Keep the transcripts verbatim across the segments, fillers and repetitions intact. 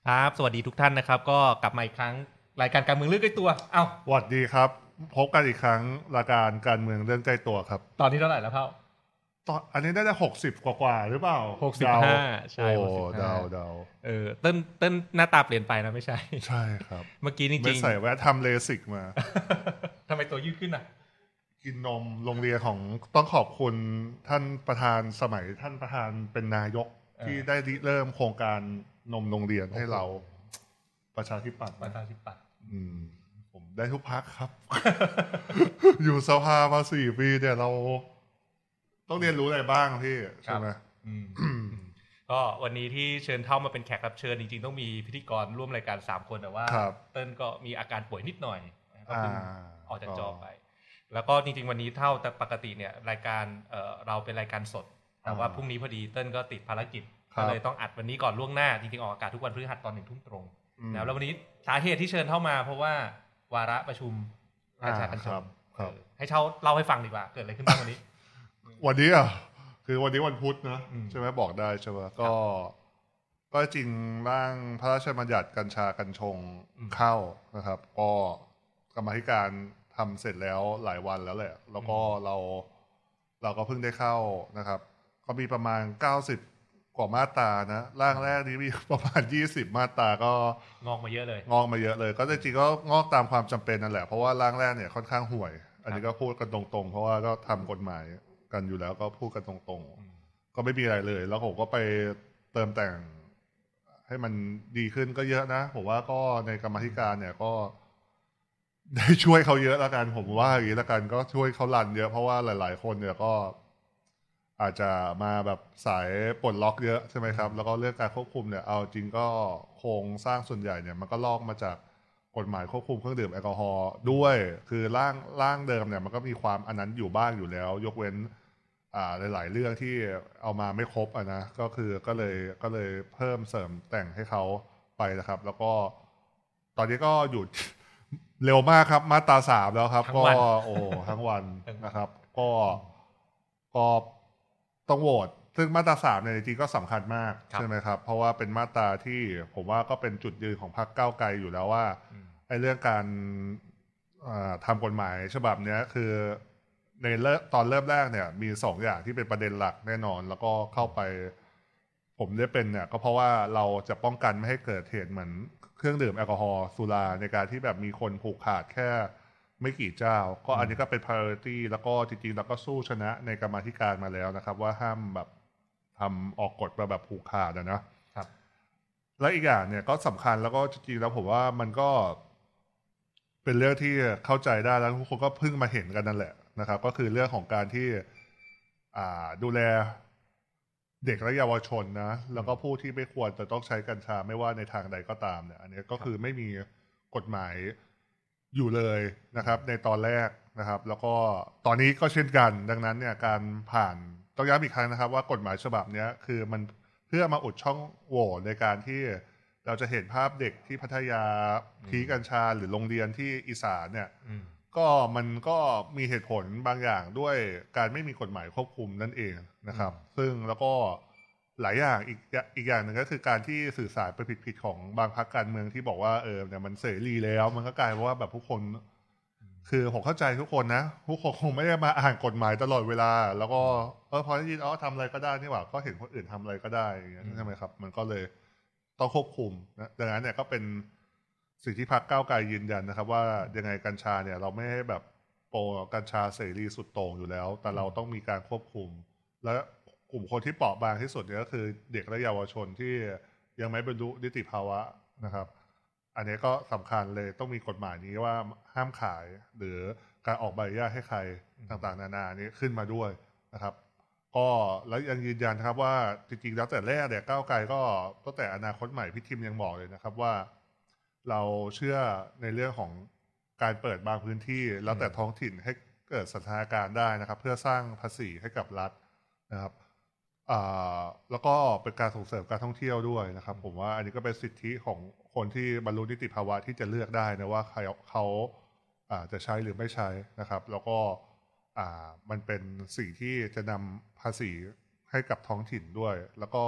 ครับสวัสดีทุกท่านนะครับก็กลับมาอีกครั้งรายการการเมืองเรื่องใกล้ตัวเอ้าสวัสดีครับพบกันอีกครั้งรายการการเมืองเรื่องใกล้ตัวครับตอนที่เท่าไหร่แล้วเพ่าตอนอันนี้ได้ได้หกสิบกว่าๆหรือเปล่าเดาหกสิบห้าใช่โอ้หกสิบห้าเดาเดาเออเต้นเต้นหน้าตาเปลี่ยนไปนะไม่ใช่ใช่ครับเมื่อกี้จไม่ริงใส่แวะทำเลสิกมาๆทำไมตัวยืดขึ้นอ่ะกินนมโรงเรียนของต้องขอบคุณท่านประธานสมัยท่านประธานเป็นนายกที่ได้ริเริ่มโครงการนมโรงเรียนให้เราประชาธิปัตย์ประนะชาธิปัตย์อืมผมได้ทุกพักครับ อยู่สภามาสี่ปีเนี่ยเราต้องเรียนรู้อะไรบ้างพี่ใช่ไหมอืมก็วันนี้ที่เชิญเข้ามาเป็นแขกรับเชิญจริงๆต้องมีพิธีกรร่วมรายการสามคนแต่ว่าเติ้ลก็มีอาการป่วยนิดหน่อยก็เพิ่งออกจากจอไปแล้วก็จริงๆวันนี้เท่าแต่ปกติเนี่ยรายการเอ่อเราเป็นรายการสดแต่ว่าพรุ่งนี้พอดีเติ้ลก็ติดภารกิจก็เลยต้องอัดวันนี้ก่อนล่วงหน้าจริงๆออกอากาศทุกวันพฤหัสตอนหนึ่งทุ่มตรงนะแล้ววันนี้สาเหตุที่เชิญเข้ามาเพราะว่าวาระประชุมกัญชากัญชงให้เช่าเล่าให้ฟังดีกว่าเกิดอะไรขึ้นบ้างวันนี้วันนี้อ่ะคือวันนี้วันพุธนะใช่ไหมบอกได้ใช่ไหมก็ก็จริงร่างพระราชบัญญัติกัญชากัญชงเข้านะครับก็กรรมาธิการทำเสร็จแล้วหลายวันแล้วแหละแล้วก็เราเราก็เพิ่งได้เข้านะครับก็มีประมาณเก้าสิบกว่ามาตรานะร่างแรกนี้มีประมาณยี่สิบมาตราก็งอกมาเยอะเลยงอกมาเยอะเลยก็จริงๆก็งอกตามความจำเป็นนั่นแหละเพราะว่าร่างแรกเนี่ยค่อนข้างห่วยอันนี้ก็พูดกันตรงๆเพราะว่าก็ทำกฎหมายกันอยู่แล้วก็พูดกันตรงๆก็ไม่มีอะไรเลยแล้วผมก็ไปเติมแต่งให้มันดีขึ้นก็เยอะนะผมว่าก็ในกรรมาธิการเนี่ยก็ได้ช่วยเขาเยอะแล้วกันผมว่าอย่างนี้แล้วกันก็ช่วยเขารันเยอะเพราะว่าหลายๆคนเนี่ยก็อาจจะมาแบบสายปลดล็อกเยอะใช่ไหมครับแล้วก็เรื่องการควบคุมเนี่ยเอาจริงก็โครงสร้างส่วนใหญ่เนี่ยมันก็ลอกมาจากกฎหมายควบคุมเครื่องดื่มแอลกอฮอล์ด้วยคือร่างร่างเดิมเนี่ยมันก็มีความอันนั้นอยู่บ้างอยู่แล้วยกเว้นอ่าหลายๆเรื่องที่เอามาไม่ครบอ่ะนะก็คือก็เลยก็เลยเพิ่มเสริมแต่งให้เขาไปนะครับแล้วก็ตอนนี้ก็อยู่ เร็วมากครับมาตราสามแล้วครับก็โอ้ทั้งวันนะครับก็ก็ต้องโหวตซึ่งมาตราสามเนี่ยจริงๆก็สำคัญมากใช่ไหมครับเพราะว่าเป็นมาตราที่ผมว่าก็เป็นจุดยืนของพรรคก้าวไกลอยู่แล้วว่าไอ้เรื่องการทำกฎหมายฉบับนี้คือในเริ่มตอนเริ่มแรกเนี่ยมีสองอย่างที่เป็นประเด็นหลักแน่นอนแล้วก็เข้าไปผมได้เป็นเนี่ยก็เพราะว่าเราจะป้องกันไม่ให้เกิดเหตุเหมือนเครื่องดื่มแอลกอฮอล์สุราในการที่แบบมีคนผูกขาดแค่ไม่กี่เจ้าก็อันนี้ก็เป็น priority แล้วก็จริงๆแล้วก็สู้ชนะในกรรมาธิการมาแล้วนะครับว่าห้ามแบบทำออกกฎมาแบบผูกขาดนะครับและอีกอย่างเนี่ยก็สำคัญแล้วก็จริงๆแล้วผมว่ามันก็เป็นเรื่องที่เข้าใจได้แล้วทุกคนก็เพิ่งมาเห็นกันนั่นแหละนะครับก็คือเรื่องของการที่ดูแลเด็กและเยาวชนนะแล้วก็ผู้ที่ไม่ควรจะต้องใช้กัญชาไม่ว่าในทางใดก็ตามเนี่ยอันนี้ก็คือไม่มีกฎหมายอยู่เลยนะครับในตอนแรกนะครับแล้วก็ตอนนี้ก็เช่นกันดังนั้นเนี่ยการผ่านต้องย้ำอีกครั้งนะครับว่ากฎหมายฉบับนี้คือมันเพื่อมาอุดช่องโหว่ในการที่เราจะเห็นภาพเด็กที่พัทยาทีกัญชาหรือโรงเรียนที่อีสานเนี่ยก็มันก็มีเหตุผลบางอย่างด้วยการไม่มีกฎหมายควบคุมนั่นเองนะครับซึ่งแล้วก็หลายอย่างอีกอีกอย่างหนึ่งก็คือการที่สื่อสารไปผิดๆของบางพรรคการเมืองที่บอกว่าเออเนี่ยมันเสรีแล้วมันก็กลายเป็นว่าแบบผู้คนคือผมเข้าใจทุกคนนะผู้คนคงไม่ได้มาอ่านกฎหมายตลอดเวลาแล้วก็เออพอได้ยินอ๋อทำอะไรก็ได้นี่หว่าก็เห็นคนอื่นทำอะไรก็ได้อย่างเงี้ยใช่ไหมครับมันก็เลยต้องควบคุมนะดังนั้นเนี่ยก็เป็นสิ่งที่พรรคก้าวไกลยืนยันนะครับว่ายังไงกัญชาเนี่ยเราไม่ให้แบบโปรกัญชาเสรีสุดโต่งอยู่แล้วแต่เราต้องมีการควบคุมและกลุ่มคนที่เปราะบางที่สุดเนี่ยก็คือเด็กและเยาวชนที่ยังไม่บรรลุนิติภาวะนะครับอันนี้ก็สำคัญเลยต้องมีกฎหมายนี้ว่าห้ามขายหรือการออกใบอนุญาตให้ใครต่างๆนานานี้ขึ้นมาด้วยนะครับก็แล้วยังยืนยันครับว่าจริงๆแล้วแต่แรกเนี่ยก้าวไกลก็ตั้งแต่อนาคตใหม่พี่ทิมยังบอกเลยนะครับว่าเราเชื่อในเรื่องของการเปิดบางพื้นที่แล้วแต่ท้องถิ่นให้เกิดสถานการณ์ได้นะครับเพื่อสร้างภาษีให้กับรัฐนะครับแล้วก็เป็นการส่งเสริมการท่องเที่ยวด้วยนะครับผมว่าอันนี้ก็เป็นสิทธิของคนที่บรรลุนิติภาวะที่จะเลือกได้นะว่าเขาเขาจะใช้หรือไม่ใช้นะครับแล้วก็มันเป็นสิ่งที่จะนำภาษีให้กับท้องถิ่นด้วยแล้วก็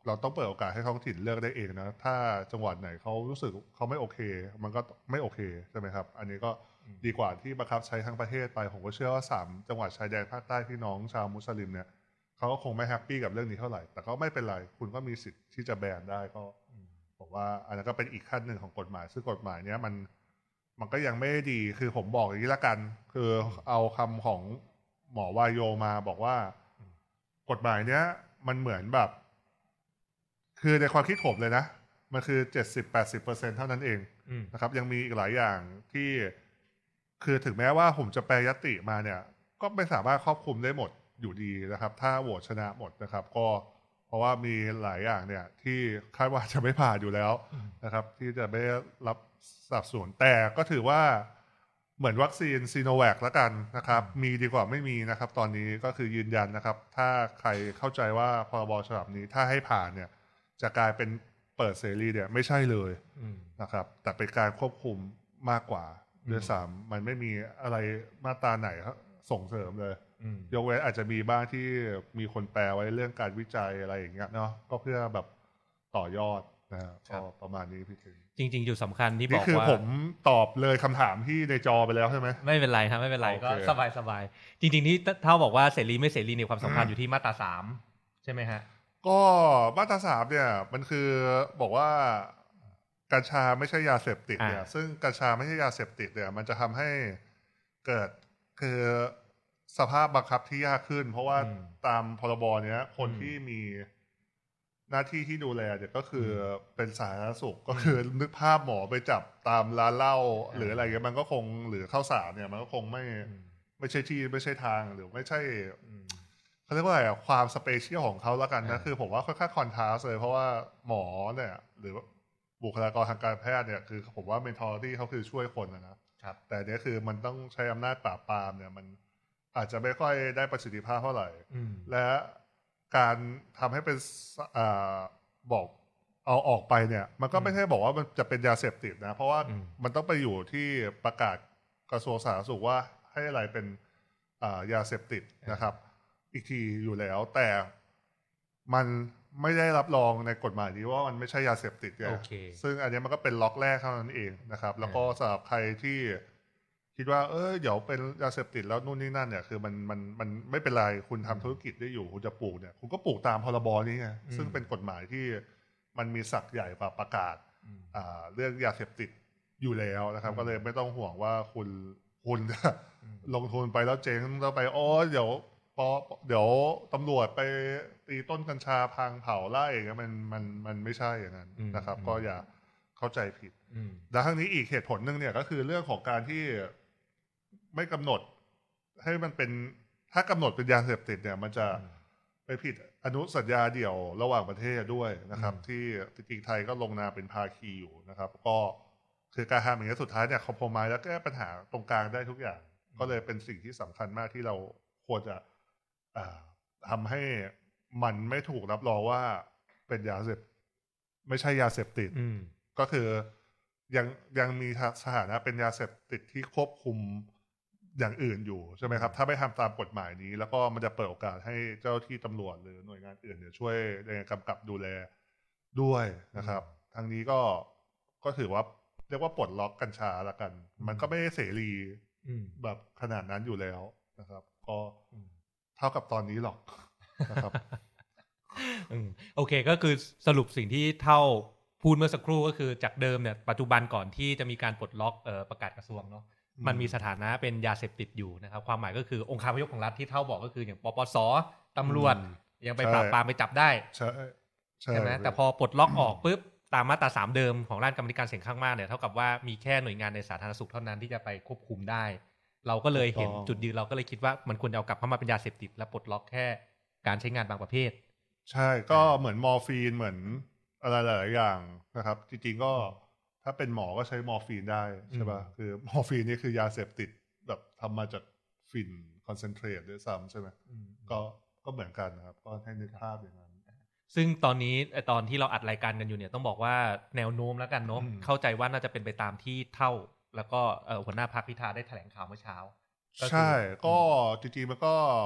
เราต้องเปิดโอกาสให้ท้องถิ่นเลือกได้เองนะถ้าจังหวัดไหนเขารู้สึกเขาไม่โอเคมันก็ไม่โอเคใช่ไหมครับอันนี้ก็ดีกว่าที่บังคับใช้ทั้งประเทศไปผมก็เชื่อว่าสามจังหวัดชายแดนภาคใต้พี่น้องชาวมุสลิมเนี่ยเขาก็คงไม่แฮปปี้กับเรื่องนี้เท่าไหร่แต่ก็ไม่เป็นไรคุณก็มีสิทธิ์ที่จะแบนได้ก็ผมว่าอันนั้นก็เป็นอีกขั้นหนึ่งของกฎหมายซึ่งกฎหมายเนี้ยมันมันก็ยังไม่ดีคือผมบอกอย่างนี้ละกันคือเอาคำของหมอวายโยมาบอกว่ากฎหมายเนี้ยมันเหมือนแบบคือในความคิดผมเลยนะมันคือ เจ็ดสิบถึงแปดสิบเปอร์เซ็นต์ เท่านั้นเองนะครับยังมีอีกหลายอย่างที่คือถึงแม้ว่าผมจะแปลยติมาเนี่ยก็ไม่สามารถครอบคลุมได้หมดอยู่ดีนะครับถ้าโหวตชนะหมดนะครับก็เพราะว่ามีหลายอย่างเนี่ยที่คาดว่าจะไม่ผ่านอยู่แล้วนะครับที่จะไม่รับสนับสนุนแต่ก็ถือว่าเหมือนวัคซีนซีโนแวคแล้วกันนะครับมีดีกว่าไม่มีนะครับตอนนี้ก็คือยืนยันนะครับถ้าใครเข้าใจว่าพรบฉบับนี้ถ้าให้ผ่านเนี่ยจะกลายเป็นเปิดเสรีเนี่ยไม่ใช่เลยนะครับแต่เป็นการควบคุมมากกว่าด้วยซ้ำมันไม่มีอะไรมาตราไหนส่งเสริมเลยยกเว้นอาจจะมีบ้างที่มีคนแปลไว้เรื่องการวิจัยอะไรอย่างเงี้ยเนาะก็เพื่อแบบต่อยอดนะครับก็ประมาณนี้พี่ถึงจริงๆอยู่สำคัญที่บอกว่านี่คือผมตอบเลยคำถามที่ในจอไปแล้วใช่ไหมไม่เป็นไรครับไม่เป็นไรก็สบายๆจริงๆนี่เท่าบอกว่าเสรีไม่เสรีในความสำคัญอยู่ที่มาตราสามใช่ไหมฮะก็มาตราสามเนี่ยมันคือบอกว่ากัญชาไม่ใช่ยาเสพติดเนี่ยซึ่งกัญชาไม่ใช่ยาเสพติดเนี่ยมันจะทำให้เกิดคือสภาพบังคับที่ยากขึ้นเพราะว่าตามพรบเนี้ยคนที่มีหน้าที่ที่ดูแลเนี่ยก็คือเป็นสาธารณสุขก็คือนึกภาพหมอไปจับตามร้านเหล้าหรืออะไรเงี้ยมันก็คงหรือข้าวสารเนี่ยมันก็คงไม่ไม่ใช่ที่ไม่ใช่ทางหรือไม่ใช่เขาเรียกว่าอะไรความสเปเชียลของเขาแล้วกันนะคือผมว่าค่อนข้างคอนทราสต์เลยเพราะว่าหมอเนี่ยหรือบุคลากรทางการแพทย์เนี่ยคือผมว่าเมนทอริตี้เขาคือช่วยคนนะครับแต่เนี้ยคือมันต้องใช้อำนาจปราบปรามเนี่ยมันอาจจะไม่ค่อยได้ประสิทธิภาพเท่าไหร่และการทำให้เป็นอ่าบอกเอาออกไปเนี่ยมันก็ไม่ใช่บอกว่ามันจะเป็นยาเสพติดนะเพราะว่ามันต้องไปอยู่ที่ประกาศกระทรวงสาธารณสุขว่าให้อะไรเป็นอ่ายาเสพติดนะครับอีกทีอยู่แล้วแต่มันไม่ได้รับรองในกฎหมายนี้ว่ามันไม่ใช่ยาเสพติดไง okay. ซึ่งอันนี้มันก็เป็นล็อกแรกเท่านั้นเองนะครับแล้วก็สำหรับใครที่คิดว่าเออเดี๋ยวเป็นยาเสพติดแล้วนู่นนี่นั่นเนี่ยคือมันมันมันไม่เป็นไรคุณทำธุรกิจได้อยู่คุณจะปลูกเนี่ยคุณก็ปลูกตามพรบนี้ไงซึ่งเป็นกฎหมายที่มันมีศักย์ใหญ่กว่าประกาศอ่าเรื่องยาเสพติดอยู่แล้วนะครับก็เลยไม่ต้องห่วงว่าคุณคุณจะลงทุนไปแล้วเจ๊งแล้วไปอ๋อเดี๋ยวพอเดี๋ยวตำรวจไปตีต้นกัญชาพังเผาไล่อย่างเงี้ยมันมันมันไม่ใช่อย่างนั้นนะครับก็อย่าเข้าใจผิดและทั้งนี้อีกเหตุผลนึงเนี่ยก็คือเรื่องของการที่ไม่กำหนดให้มันเป็นถ้ากำหนดเป็นยาเสพติดเนี่ยมันจะไปผิดอนุสัญญาเดี่ยวระหว่างประเทศด้วยนะครับที่จริงๆไทยก็ลงนามเป็นภาคีอยู่นะครับก็คือการทำอย่างนี้สุดท้ายเนี่ยคอมโพรไมซ์แล้วแก้ปัญหาตรงกลางได้ทุกอย่างก็เลยเป็นสิ่งที่สำคัญมากที่เราควรจะทำให้มันไม่ถูกรับรองว่าเป็นยาเสพไม่ใช่ยาเสพติดก็คือยังยังมีสถานะเป็นยาเสพติดที่ควบคุมอย่างอื่นอยู่ใช่ไหมครับถ้าไม่ทำตามกฎหมายนี้แล้วก็มันจะเปิดโอกาสให้เจ้าที่ตำรวจหรือหน่วยงานอื่นเนี่ยช่วยในการกำกับดูแลด้วยนะครับทางนี้ก็ก็ถือว่าเรียกว่าปลดล็อกกัญชาละกันมันก็ไม่ได้เสรีแบบขนาดนั้นอยู่แล้วนะครับก็เท่ากับตอนนี้หรอกนะครับโอเคก็คือสรุปสิ่งที่เท่าพูดเมื่อสักครู่ก็คือจากเดิมเนี่ยปัจจุบันก่อนที่จะมีการปลดล็อกเอ่อประกาศกระทรวงเนาะมันมีสถานะเป็นยาเสพติดอยู่นะครับความหมายก็คือองค์คาพยพของรัฐที่เท่าบอกก็คืออย่างปปส.ตำรวจยังไปปราบปรามไปจับได้ใช่ใช่ไหมแต่พอปลดล็อกออกปุ๊บตามมาตราสามเดิมของร่างกรรมการเสียงข้างมากเนี่ยเท่ากับว่ามีแค่หน่วยงานในสาธารณสุขเท่านั้นที่จะไปควบคุมได้เราก็เลยเห็นจุดยืนเราก็เลยคิดว่ามันควรจะเอากลับเข้ามาเป็นยาเสพติดและปลดล็อกแค่การใช้งานบางประเภทใช่ก็เหมือนมอร์ฟีนเหมือนอะไรหลายๆอย่างนะครับจริงๆก็ถ้าเป็นหมอก็ใช้มอร์ฟีนได้ใช่ป่ะคือมอร์ฟีนนี่คือยาเสพติดแบบทำมาจากฝิ่นคอนเซนเทรตด้วยซ้ำใช่ไหมก็ก็เหมือนกันนะครับก็ให้นึกภาพอย่างนั้นซึ่งตอนนี้ตอนที่เราอัดรายการกันอยู่เนี่ยต้องบอกว่าแนวโน้มแล้วกันเนาะเข้าใจว่าน่าจะเป็นไปตามที่เท่าแล้วก็หัวหน้าพรรคพิธาได้แถลงข่าวเมื่อเช้าใช่ก็จริงๆมันก็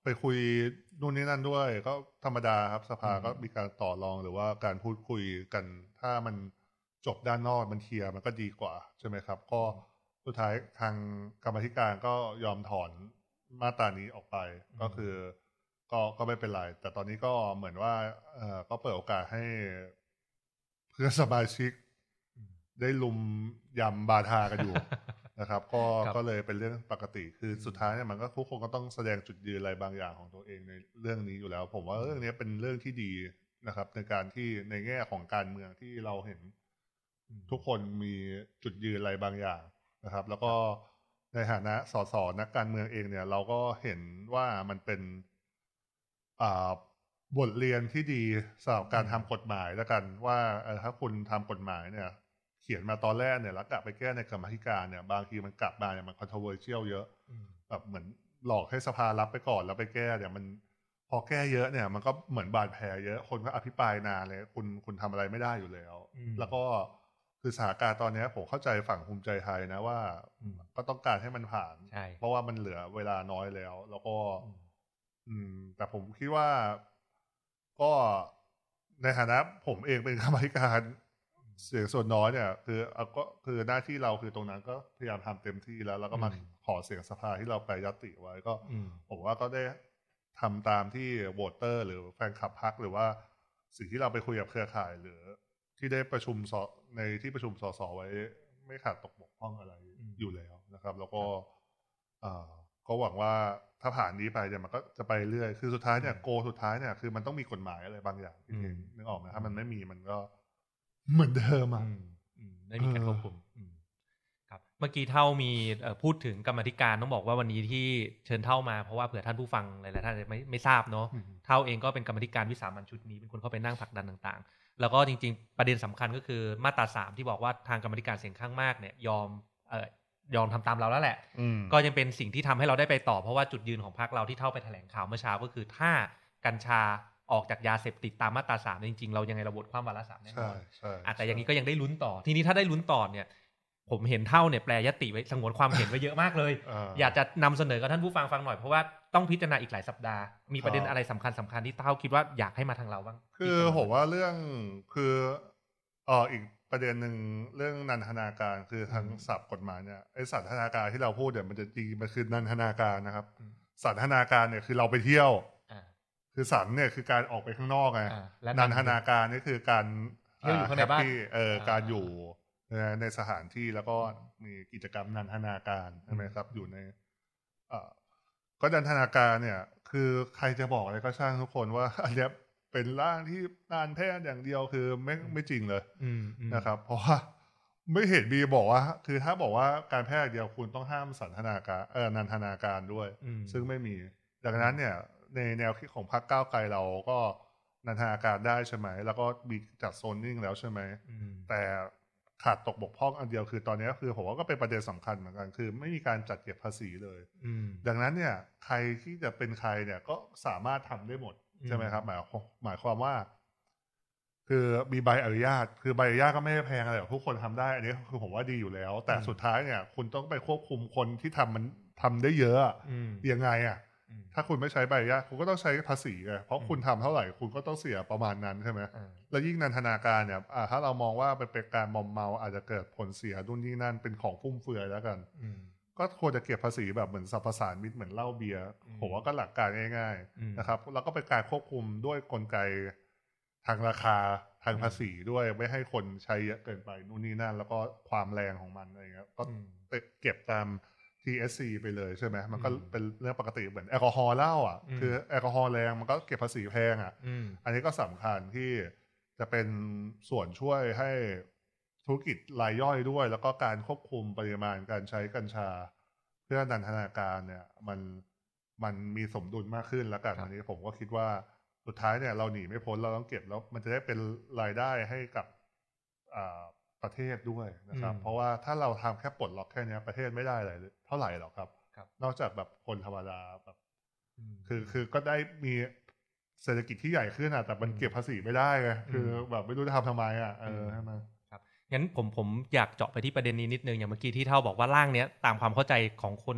ไปคุยนู่นนี่นั่นด้วยก็ธรรมดาครับสภาก็มีการต่อรองหรือว่าการพูดคุยกันถ้ามันจบด้านนอกมันเคลียร์มันก็ดีกว่าใช่ไหมครับก็สุดท้ายทางกรรมาธิการก็ยอมถอนมาตรานี้ออกไปก็คือก็ก็ไม่เป็นไรแต่ตอนนี้ก็เหมือนว่าเอ่อก็เปิดโอกาสให้เพื่อนสมาชิกได้ลุมยำบาทากันอยู่ นะครับก็ก็เลยเป็นเรื่องปกติคือสุดท้ายเนี่ยมันก็ทุกคนก็ต้องแสดงจุดยืนอะไรบางอย่างของตัวเองในเรื่องนี้อยู่แล้วผมว่าเรื่องนี้เป็นเรื่องที่ดีนะครับในการที่ในแง่ของการเมืองที่เราเห็นทุกคนมีจุดยืนอะไรบางอย่างนะครับแล้วก็ในฐานะสสนักการเมืองเองเนี่ยเราก็เห็นว่ามันเป็นอ่าบทเรียนที่ดีสำหรับการทำกฎหมายแล้วกันว่าถ้าคุณทำกฎหมายเนี่ยเขียนมาตอนแรกเนี่ยแล้วกลับไปแก้ในกรรมาธิการเนี่ยบางทีมันกลับมาเนี่ยมัน controversial เยอะแบบเหมือนหลอกให้สภารับไปก่อนแล้วไปแก้เนี่ยมันพอแก้เยอะเนี่ยมันก็เหมือนบาดแผลเยอะคนก็อภิปรายนานเลยคุณคุณทำอะไรไม่ได้อยู่แล้วแล้วก็คือสถานการณ์ตอนนี้ผมเข้าใจฝั่งภูมิใจไทยนะว่าก็ต้องการให้มันผ่านเพราะว่ามันเหลือเวลาน้อยแล้วแล้วก็อืมแต่ผมคิดว่าก็ในฐานะผมเองเป็นกรรมาธิการเสียงส่วนน้อยเนี่ยคือเอาก็คือหน้าที่เราคือตรงนั้นก็พยายามทำเต็มที่แล้วแล้วก็มาขอเสียงสภาที่เราไปยติไว้ก็ผมว่าก็ได้ทำตามที่โหวตเตอร์หรือแฟนคลับพรรคหรือว่าสิ่งที่เราไปคุยกับเครือข่ายหรือที่ได้ประชุมสในที่ประชุมสสไว้ไม่ขาดตกบกพร่องอะไรอยู่แล้วนะครับแล้วก็ก็หวังว่าถ้าผ่านนี้ไปเนี่ยมันก็จะไปเรื่อยคือสุดท้ายเนี่ยโกสุดท้ายเนี่ยคือมันต้องมีกฎหมายอะไรบางอย่างที่เองนึกออกไหมถ้ามันไม่มีมันก็เหมือนเดิมอ่ะไม่มีการควบคุมครับเมื่อกี้เท่ามีพูดถึงกรรมธิการต้องบอกว่าวันนี้ที่เชิญเท่ามาเพราะว่าเผื่อท่านผู้ฟังหลายๆท่านไม่ไม่ทราบเนาะเท่าเองก็เป็นกรรมธิการวิสามัญชุดนี้เป็นคนเข้าไปนั่งผลักดันต่างๆแล้วก็จริงๆประเด็นสำคัญก็คือมาตราสามที่บอกว่าทางกรรมธิการเสียงข้างมากเนี่ยยอมเอ่อยอมทำตามเราแล้วแหละก็ยังเป็นสิ่งที่ทำให้เราได้ไปต่อเพราะว่าจุดยืนของพรรคเราที่เท่าไปแถลงข่าวเมื่อเช้าก็คือถ้ากัญชาออกจากยาเสพติดตามมาตราสามจริงๆเรายังไงเราโหวตความวาระสามแน่นอนแต่อย่างนี้ก็ยังได้ลุ้นต่อทีนี้ถ้าได้ลุ้นต่อเนี่ยผมเห็นเท่าเนี่ยแปลยติไว้สงวนความเห็นไว้เยอะมากเลย อยากจะนำเสนอกับท่านผู้ฟังฟังหน่อยเพราะว่าต้องพิจารณาอีกหลายสัปดาห์มีประเด็นอะไรสำคัญสำคัญที่เท่าคิดว่าอยากให้มาทางเราบ้างคือผมว่าเรื่องคือเอ่ออีกประเด็นหนึ่งเรื่องนันทนาการคือทางศัพท์กฎหมายเนี่ยไอ้สันทนาการที่เราพูดเนี่ยมันจะจริงมันคือนันทนาการนะครับสันทนาการเนี่ยคือเราไปเที่ยวคือสันเนี่ยคือการออกไปข้างนอกไงนันทนาการนี่คือการเที่ยวอยู่ข้างในบ้านเออการอยู่ในสถานที่แล้วก็มีกิจกรรมนันทนาการใช่ไหมครับอยู่ในก็นันทนาการเนี่ยคือใครจะบอกอะไรก็ช่างทุกคนว่าอันนี้เป็นร่างที่การแพทย์อย่างเดียวคือไม่ไม่จริงเลยนะครับเพราะว่าไม่เห็นมีบอกว่าคือถ้าบอกว่าการแพทย์เดียวคุณต้องห้ามสันทนาการเออนันทนาการด้วยซึ่งไม่มีดังนั้นเนี่ยในแนวคิดของพรรคก้าวไกลเราก็นันทนาการได้ใช่ไหมแล้วก็มีจัดโซนนิ่งแล้วใช่ไหมแต่ขาดตกบกพร่องอันเดียวคือตอนนี้คือผมว่าก็เป็นประเด็นสำคัญเหมือนกันคือไม่มีการจัดเก็บภาษีเลยดังนั้นเนี่ยใครที่จะเป็นใครเนี่ยก็สามารถทำได้หมดใช่ไหมครับหมายหมายความว่าคือมีใบอนุญาตคือใบอนุญาตก็ไม่ได้แพงอะไรทุกคนทำได้อันนี้คือผมว่าดีอยู่แล้วแต่สุดท้ายเนี่ยคุณต้องไปควบคุมคนที่ทำมันทำได้เยอะยังไงอ่ะถ้าคุณไม่ใช้ใบอนุญาตคุณก็ต้องใช้ภาษีไงเพราะคุณทำเท่าไหร่คุณก็ต้องเสียประมาณนั้นใช่ไหมแล้วยิ่งนันทนาการเนี่ยถ้าเรามองว่าเป็นการมอมเมาอาจจะเกิดผลเสียนู่นนี่นั่นเป็นของฟุ่มเฟือยแล้วกันก็ควรจะเก็บภาษีแบบเหมือนสรรพสานมิตเหมือนเหล้าเบียร์ผมว่าก็หลักการง่ายๆนะครับแล้วก็เป็นการควบคุมด้วยกลไกทางราคาทางภาษีด้วยไม่ให้คนใช้เยอะเกินไปนู่นนี่นั่นแล้วก็ความแรงของมันอะไรเงี้ยก็เก็บตาม ที เอส ซี ไปเลยใช่ไหมมันก็เป็นเรื่องปกติเหมือนแอลกอฮอล์เหล้าอ่ะคือแอลกอฮอล์แรงมันก็เก็บภาษีแพงอ่ะอันนี้ก็สำคัญที่จะเป็นส่วนช่วยให้ธุรกิจรายย่อยด้วยแล้วก็การควบคุมปริมาณการใช้กัญชาเพื่อนันทนาการเนี่ยมันมันมีสมดุลมากขึ้นแล้วกันอันนี้ผมก็คิดว่าสุดท้ายเนี่ยเราหนีไม่พ้นเราต้องเก็บแล้วมันจะได้เป็นรายได้ให้กับประเทศด้วยนะครับเพราะว่าถ้าเราทำแค่ปลดล็อกแค่นี้ประเทศไม่ได้อะไรเท่าไหร่หรอกครับนอกจากแบบคนธรรมดาแบบคือคือก็ได้มีเศรษฐกิจที่ใหญ่ขึ้นอ่ะแต่มันเก็บภาษีไม่ได้ไงคือแบบไม่รู้จะทำทำไมอ่ะเออใช่ไหมครับงั้นผมผมอยากเจาะไปที่ประเด็นนี้นิดนึงอย่างเมื่อกี้ที่เท่าบอกว่าร่างเนี้ยตามความเข้าใจของคน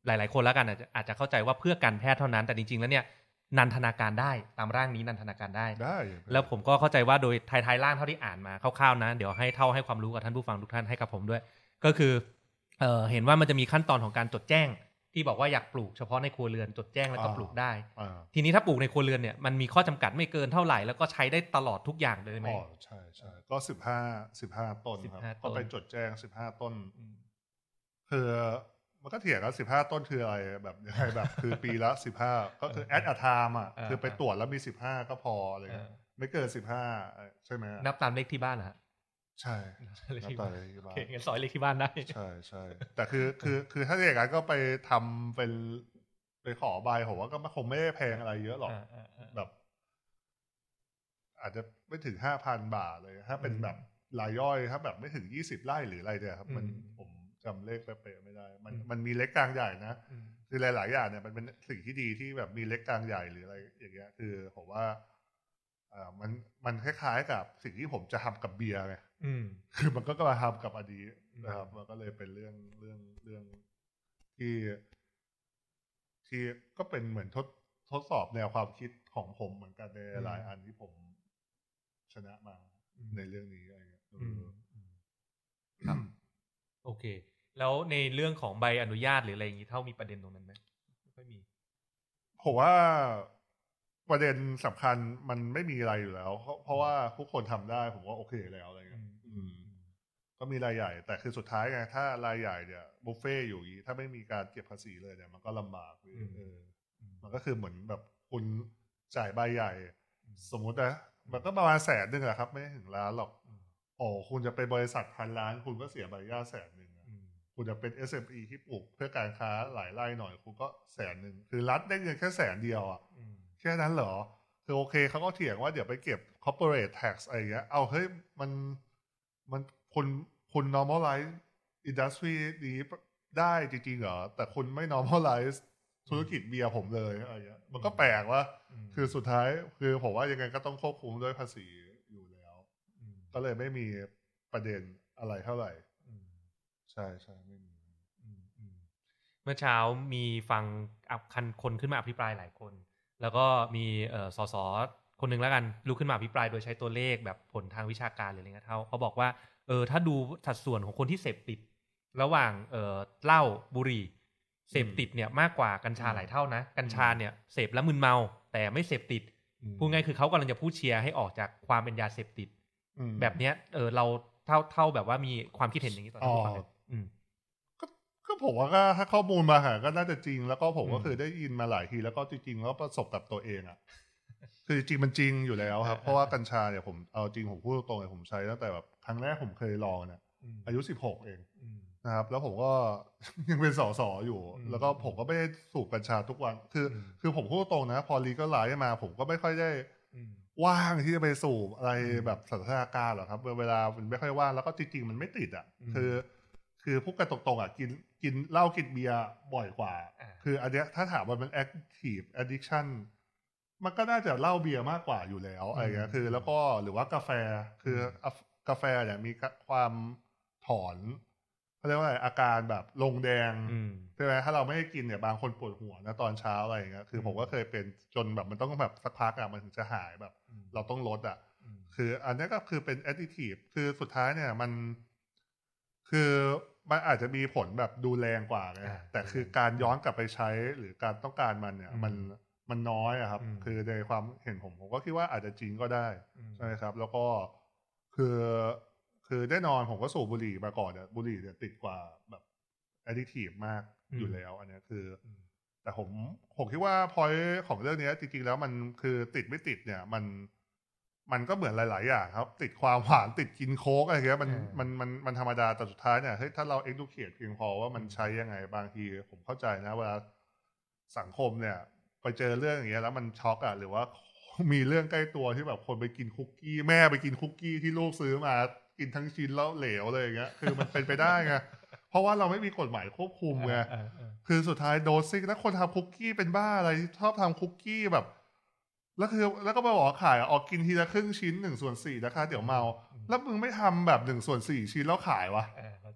หลายๆคนแล้วกันอาจจะอาจจะเข้าใจว่าเพื่อการแพทย์เท่านั้นแต่จริงๆแล้วเนี่ยนันทนาการได้ตามร่างนี้นันทนาการได้ได้แล้วผมก็เข้าใจว่าโดยท้ายๆร่างเท่าที่อ่านมาคร่าวๆนะเดี๋ยวให้เท่าให้ความรู้กับท่านผู้ฟังทุกท่านให้กับผมด้วยก็คือเอ่อเห็นว่ามันจะมีขั้นตอนของการจดแจ้งที่บอกว่าอยากปลูกเฉพาะในครัวเรือนจดแจ้งแล้วก็ปลูกได้ทีนี้ถ้าปลูกในครัวเรือนเนี่ยมันมีข้อจำกัดไม่เกินเท่าไหร่แล้วก็ใช้ได้ตลอดทุกอย่างเลยไหมอ๋อใช่ใช่ก็สิบห้าสิบห้าต้นครับก็ไปจดแจ้งสิบห้าต้นคือมันก็เถียงกันสิบห้าต้นคืออะไรแบบยังไงแบบคือปีละสิบห้าก็คือแอดอะไทม์อ่ะคือไปตรวจแล้วมีสิบห้าก็พออะไรเงี้ยไม่เกินสิบห้าใช่ไหมนับตามเลขที่บ้านเหรอใช่นับตามเลขที่บ้านงั้นสอยเลขที่บ้านได้ใช่ใช่แต่คือคือคือถ้าอย่างนั้นก็ไปทำเป็นไปขอใบผมว่าก็คงไม่ได้แพงอะไรเยอะหรอกแบบอาจจะไม่ถึงห้าพันบาทเลยถ้าเป็นแบบรายย่อยถ้าแบบไม่ถึงยี่สิบไร่หรืออะไรเนี่ยครับมันผมจำเลขเป๊ะๆไม่ได้มันมันมีเล็กกลางใหญ่นะคือหลายๆอย่างเนี่ยมันเป็นสิ่งที่ดีที่แบบมีเล็กกลางใหญ่หรืออะไรอย่างเงี้ยคือผมว่าอ่ามันมันคล้ายๆกับสิ่งที่ผมจะทำกับเบียร์ไงคือมันก็มาทำกับอดีตนะครับมันก็เลยเป็นเรื่องเรื่องเรื่องที่ที่ก็เป็นเหมือนทดทดสอบแนวความคิดของผมเหมือนกันในหลายอันที่ผมชนะมาในเรื่องนี้อะไรเงี้ยครับโอเคแล้วในเรื่องของใบอนุญาตหรืออะไรอย่างนี้เท่ามีประเด็นตรงนั้นไหมไม่ค่อยมีผมว่าประเด็นสำคัญมันไม่มีอะไรอยู่แล้วเพราะว่าทุกคนทำได้ผมว่าโอเคแล้วอะไรเงี้ยก็มีรายใหญ่แต่คือสุดท้ายไงถ้ารายใหญ่เนี่ยบุฟเฟ่อยู่อย่างนี้ถ้าไม่มีการเก็บภาษีเลยเนี่ยมันก็ลำบากเออมันก็คือเหมือนแบบคุณจ่ายใบใหญ่สมมตินะมันก็ประมาณแสนนึงแหละครับไม่ถึงล้านหรอกโอ้คุณจะเป็นบริษัทพันล้านคุณก็เสียใบอนุญาตแสนนึงคุณจะเป็น เอส เอ็ม อี ที่ปลูกเพื่อการค้าหลายไร่หน่อยคุณก็แสนนึงคือรัฐได้เงินแค่แสนเดียวอ่ะแค่นั้นเหรอคือโอเคเขาก็เถียงว่าเดี๋ยวไปเก็บ corporate tax อะไรเงี้ยเอาเฮ้ยมันมันคุณคุณ normalize industry นี้ได้จริงๆเหรอแต่คุณไม่ normalize ธุรกิจเบียร์ผมเลยอะไรเงี้ยมันก็แปลกว่าคือสุดท้ายคือผมว่ายังไงก็ต้องควบคุมด้วยภาษีอยู่แล้วก็เลยไม่มีประเด็นอะไรเท่าไหร่ใช่ใช่ไม่มีเมื่อเช้ามีฟังคันคนขึ้นมาอภิปรายหลายคนแล้วก็มีเอ่อสสคนนึงแล้วกันลุกขึ้นมาอภิปรายโดยใช้ตัวเลขแบบผลทางวิชาการหรืออะไรเงี้ยเท่าเขาบอกว่าเออถ้าดูสัดส่วนของคนที่เสพติดระหว่างเอ่อเหล้าบุหรี่เสพติดเนี่ยมากกว่ากัญชาหลายเท่านะกัญชาเนี่ยเสพแล้วมึนเมาแต่ไม่เสพติดพูดง่ายคือเขากำลังจะพูดเชียร์ให้ออกจากความเป็นยาเสพติดแบบเนี้ยเออเราเท่าเท่าแบบว่ามีความคิดเห็นอย่างนี้ต่อทุกคนก็ก็ผมว่าก็ถ้าข้อมูลมาหาก็น่าจะจริงแล้วก็ผมก็คือได้ยินมาหลายทีแล้วก็จริงๆแล้วประสบกับตัวเองอ่ะคือจริงมันจริงอยู่แล้วครับเพราะว่ากัญชาเนี่ยผมเอาจริงผมพูดตรงๆเลยผมใช้ตั้งแต่แบบครั้งแรกผมเคยลองเนี่ยอายุสิบหกเองนะครับแล้วผมก็ยังเป็นสสอยู่แล้วก็ผมก็ไม่ได้สูบกัญชาทุกวันคือคือผมพูดตรงนะพอลีก็ไลฟ์มาผมก็ไม่ค่อยได้ว่างที่จะไปสูบอะไรแบบสถานการณ์หรอกครับเวลามันไม่ค่อยว่างแล้วก็จริงๆมันไม่ติดอ่ะคือคือพูดกันตรงๆอ่ะกินกินเหล้ากินเบียร์บ่อยกว่าคืออันเนี้ยถ้าถามว่ามัน active addiction มันก็น่าจะเหล้าเบียร์มากกว่าอยู่แล้วอะไรเงี้ยคือแล้วก็หรือว่ากาแฟคือกาแฟเนี่ยมีความถอนเขาเรียกว่าอะไรอาการแบบลงแดงใช่ไหมถ้าเราไม่ให้กินเนี่ยบางคนปวดหัวนะตอนเช้าอะไรอย่างเงี้ยคือผมก็เคยเป็นจนแบบมันต้องแบบสักพักอะมันถึงจะหายแบบเราต้องลดอะคืออันนี้ก็คือเป็น additive คือสุดท้ายเนี่ยมันคือมันอาจจะมีผลแบบดูแรงกว่าไงแต่คือการย้อนกลับไปใช้หรือการต้องการมันเนี่ยมันมันน้อยอะครับคือในความเห็นผมผมก็คิดว่าอาจจะจริงก็ได้ใช่ครับแล้วก็คือคือแน่นอนผมก็สูบบุหรี่มาก่อนเนี่ยบุหรี่เนี่ยติดกว่าแบบแอดดิทีฟมากอยู่แล้วอันนี้คือแต่ผมผมคิดว่าพอยต์ของเรื่องนี้จริงๆแล้วมันคือติดไม่ติดเนี่ยมันมันก็เหมือนหลายๆอย่างครับติดความหวานติดกินโค้กอะไรเงี้ยมันมันมันมันธรรมดาแต่สุดท้ายเนี่ยเฮ้ยถ้าเราเอ็กดูเคทเพียงพอว่ามันใช้ยังไงบางทีผมเข้าใจนะเวลาสังคมเนี่ยไปเจอเรื่องอย่างเงี้ยแล้วมันช็อกอ่ะหรือว่ามีเรื่องใกล้ตัวที่แบบคนไปกินคุกกี้แม่ไปกินคุกกี้ที่ลูกซื้อมากินทั้งชิ้นแล้วเหลวเลยอย่างเงี้ยคือมันเป็นไปได้ไงเพราะว่าเราไม่มีกฎหมายควบคุมไงคือสุดท้ายโดสซิกแล้วคนทำคุกกี้เป็นบ้าอะไรชอบทำคุกกี้แบบแล้วคือแล้วก็มาบอกขายออกกินทีละครึ่งชิ้นหนึ่งส่วนสี่นะคะเดี๋ยวเมาแล้วมึงไม่ทำแบบหนึ่งส่วนสี่ชิ้นแล้วขายวะ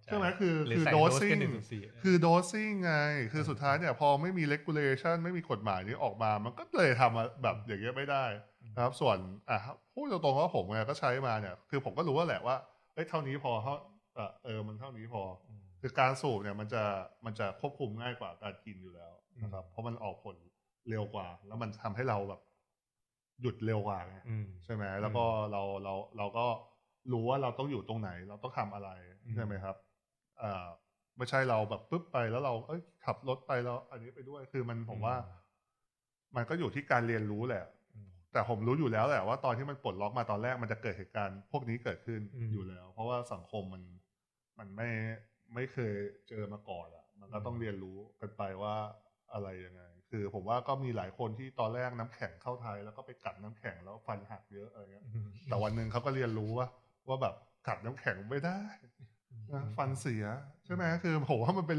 ใช่ไหมคือคือโดสซิ่งคือโดสซิ่งไงคือสุดท้ายเนี่ยพอไม่มี regulation ไม่มีกฎหมายนี้ออกมามันก็เลยทำแบบอย่างเงี้ยไม่ได้นะครับส่วนอ่ะพูดตรงๆว่าผมเนี่ยก็ใช้มาเนี่ยคือผมก็รู้ว่าแหละว่าเอ้ยเท่านี้พอเท่าเออมันเท่านี้พอคือการสูบเนี่ยมันจะมันจะควบคุมง่ายกว่าการกินอยู่แล้วนะครับเพราะมันออกผลเร็วกว่าแล้วมันทำให้เราแบบหยุดเร็วกว่าไงใช่ไหมแล้วก็เราเราเราก็รู้ว่าเราต้องอยู่ตรงไหนเราต้องทำอะไรใช่ไหมครับอ่าไม่ใช่เราแบบปุ๊บไปแล้วเราเอ้ยขับรถไปแล้วอันนี้ไปด้วยคือมันผมว่ามันก็อยู่ที่การเรียนรู้แหละแต่ผมรู้อยู่แล้วแหละว่าตอนที่มันปลดล็อกมาตอนแรกมันจะเกิดเหตุการณ์พวกนี้เกิดขึ้นอยู่แล้วเพราะว่าสังคมมันมันไม่ไม่เคยเจอมาก่อนอ่ะมันก็ต้องเรียนรู้กันไปว่าอะไรยังไงคือผมว่าก็มีหลายคนที่ตอนแรกน้ำแข็งเข้าไทยแล้วก็ไปกัดน้ำแข็งแล้วฟันหักเยอะอะไรเงี้ยแต่วันหนึ่งเขาก็เรียนรู้ว่าว่าแบบกัดน้ำแข็งไม่ได้ฟันเสียใช่ไหมคือผมว่ามันเป็น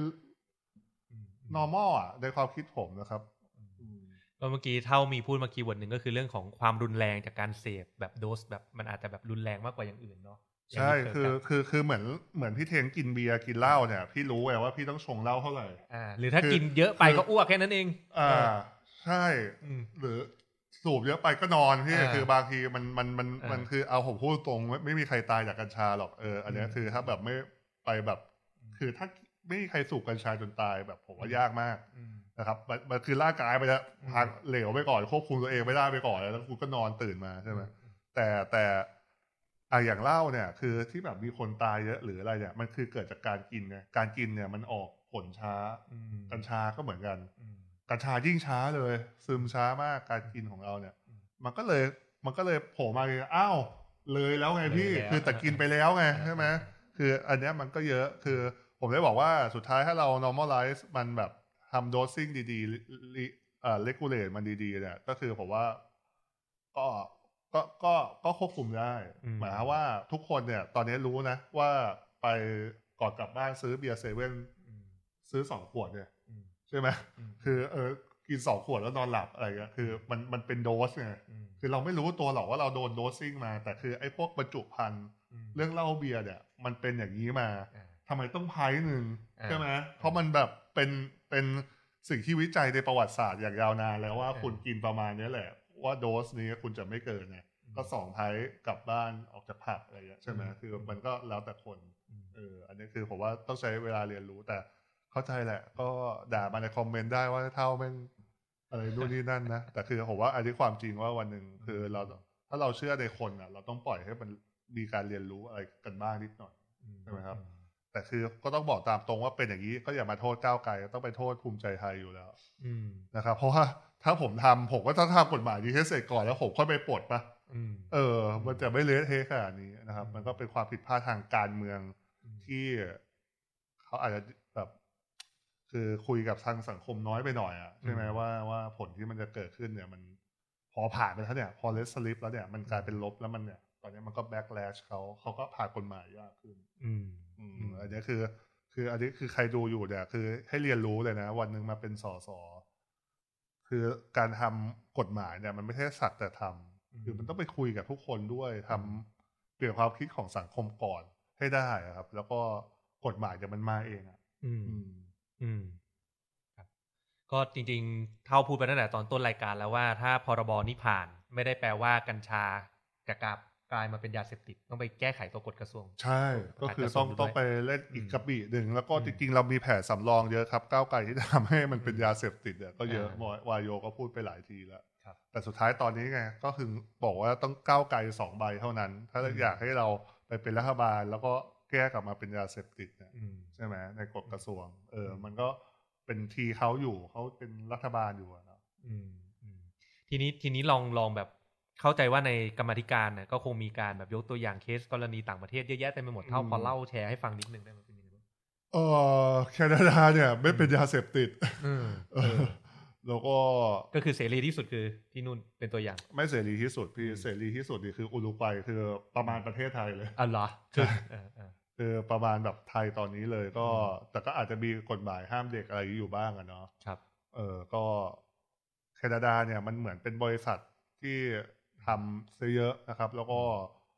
normal อ่ะในความคิดผมนะครับก็เมื่อกี้เท่ามีพูดมาคีย์เวิร์ดหนึ่งก็คือเรื่องของความรุนแรงจากการเสพแบบโดสแบบมันอาจจะแบบรุนแรงมากกว่าอย่างอื่นเนาะใช่คือคือคือเหมือนเหมือนพี่เทงกินเบียร์กินเหล้าเนี่ยพี่รู้ไงว่าพี่ต้องชงเหล้าเท่าไหร่อ่าหรือถ้ากินเยอะไปก็อ้วกแค่นั้นเองอ่าใช่หรือสูบเยอะไปก็นอนพี่คือบางทีมันมันมันมันคือเอาผมพูดตรงไม่ไม่มีใครตายจากกัญชาหรอกเอออันนี้คือถ้าแบบไม่ไปแบบคือถ้าไม่มีใครสูบกัญชาจนตายแบบผมว่ายากมากนะครับมันมันคือร่างกายมันจะพังเหลวไปก่อนควบคุมตัวเองไม่ได้ไปก่อนแล้วคุณก็นอนตื่นมาใช่ไหมแต่แต่อ่ะอย่างเหล้าเนี่ยคือที่แบบมีคนตายเยอะหรืออะไรเนี่ยมันคือเกิดจากการกินไงการกินเนี่ยมันออกผลช้ากัญชาก็เหมือนกันกัญชายิ่งช้าเลยซึมช้ามากการกินของเราเนี่ยมันก็เลยมันก็เลยโผล่มาเลยอ้าวเลยแล้วไงพี่คือแต่กินไปแล้วไงใช่ไหมคืออันเนี้ยมันก็เยอะคือผมได้บอกว่าสุดท้ายถ้าเรา normalize มันแบบทำ dosing ดีๆเอ่อ regulate มันดีๆเนี่ยก็คือผมว่าก็ก็ก็ก็ควบคุมได้หมายความว่าทุกคนเนี่ยตอนนี้รู้นะว่าไปก่อนกลับบ้านซื้อเบียร์เซเว่นซื้อสองขวดเนี่ยใช่ไหมคือเออกินสองขวดแล้วนอนหลับอะไรเงี้ยคือมันมันเป็นโดสไงคือเราไม่รู้ตัวหรอกว่าเราโดนโดสซิ่งมาแต่คือไอ้พวกบรรจุภัณฑ์เรื่องเหล้าเบียร์เนี่ยมันเป็นอย่างนี้มาทำไมต้องไพ่หนึ่งใช่ไหมเพราะมันแบบเป็นเป็นสิ่งที่วิจัยในประวัติศาสตร์อย่างยาวนานแล้วว่าคุณกินประมาณนี้แหละว่าโดสนี้คุณจะไม่เกินไงก็สองไพ่กลับบ้านออกจากผับอะไรอย่างเงี้ยใช่ไหมคือมันก็แล้วแต่คนเอออันนี้คือผมว่าต้องใช้เวลาเรียนรู้แต่เข้าใจแหละก็ด่ามาในคอมเมนต์ได้ว่าเท่าแม่งอะไรนู่นนี่นั่นนะแต่คือผมว่าอันนี้ความจริงว่าวันหนึ่งคือเราถ้าเราเชื่อในคนอ่ะเราต้องปล่อยให้มันมีการเรียนรู้อะไรกันบ้างนิดหน่อยใช่ไหมครับแต่คือก็ต้องบอกตามตรงว่าเป็นอย่างนี้ก็อย่ามาโทษก้าวไกลต้องไปโทษภูมิใจไทยอยู่แล้วนะครับเพราะว่าถ้าผมทำผมก็ต้องทำกฎหมายนี้ให้เสร็จก่อนแล้วผมค่อยไปปลดปะเออมันจะไม่เละเทะขนาดนี้นะครับมันก็เป็นความผิดพลาดทางการเมืองที่เขาอาจจะแบบคือคุยกับทางสังคมน้อยไปหน่อยอ่ะใช่ไหมว่าว่าผลที่มันจะเกิดขึ้นเนี่ยมันพอผ่านไปแล้วเนี่ยพอเลสลิปแล้วเนี่ยมันกลายเป็นลบแล้วมันเนี่ยตอนนี้มันก็แบ็กแลชเขาเขาก็ผ่านกฎหมายยากขึ้นอืมอืมอันนี้คือคืออันนี้คือใครดูอยู่เนี่ยคือให้เรียนรู้เลยนะวันหนึ่งมาเป็นสสคือการทำกฎหมายเนี่ยมันไม่ใช่สักแต่ทำคือมันต้องไปคุยกับทุกคนด้วยทำเปลี่ยนความคิดของสังคมก่อนให้ได้ครับแล้วก็กฎหมายจะมันมาเองอ่ะอืมอืมครับก็จริงๆเท่าพูดไปตั้งแต่ตอนต้นรายการแล้วว่าถ้าพรบนี้ผ่านไม่ได้แปลว่ากัญชาจะกลับกลายมาเป็นยาเสพติดต้องไปแก้ไขตัวกฎกระทรวงใช่ก็คือต้องต้องไปเล่นอีกกระบี่หนึ่งแล้วก็จริงๆเรามีแผนสำรองเยอะครับก้าวไกลที่จะทำให้มันเป็นยาเสพติดเนี่ยก็เยอะวายโยก็พูดไปหลายทีแล้วแต่สุดท้ายตอนนี้ไงก็คือบอกว่าต้องก้าวไกลสองใบเท่านั้นถ้าอยากให้เราไปเป็นรัฐบาลแล้วก็แก้กลับมาเป็นยาเสพติดเนี่ยใช่ไหมในกฎกระทรวงเออมันก็เป็นทีเขาอยู่เขาเป็นรัฐบาลอยู่เนาะทีนี้ทีนี้ลองลองแบบเข้าใจว่าในกรรมาธิการเนี่ยก็คงมีการแบบยกตัวอย่างเคสกรณีต่างประเทศเยอะแยะเต็มไปหมดเท่าพอเล่าแชร์ให้ฟังนิดนึงได้ไหมเป็นยังไงบ้างเออแคนาดาเนี่ยไม่เป็นยาเสพติดแล้วก็ก็คือเสรีที่สุดคือที่นู่นเป็นตัวอย่างไม่เสรีที่สุดพี่เสรีที่สุดนี่คืออุรุกวัยคือประมาณประเทศไทยเลยอ๋อเหรอใช่คือประมาณแบบไทยตอนนี้เลยก็แต่ก็อาจจะมีกฎหมายห้ามเด็กอะไรอยู่บ้างอะเนาะครับเออก็แคนาดาเนี่ยมันเหมือนเป็นบริษัทที่ทำซื้อเยอะนะครับแล้วก็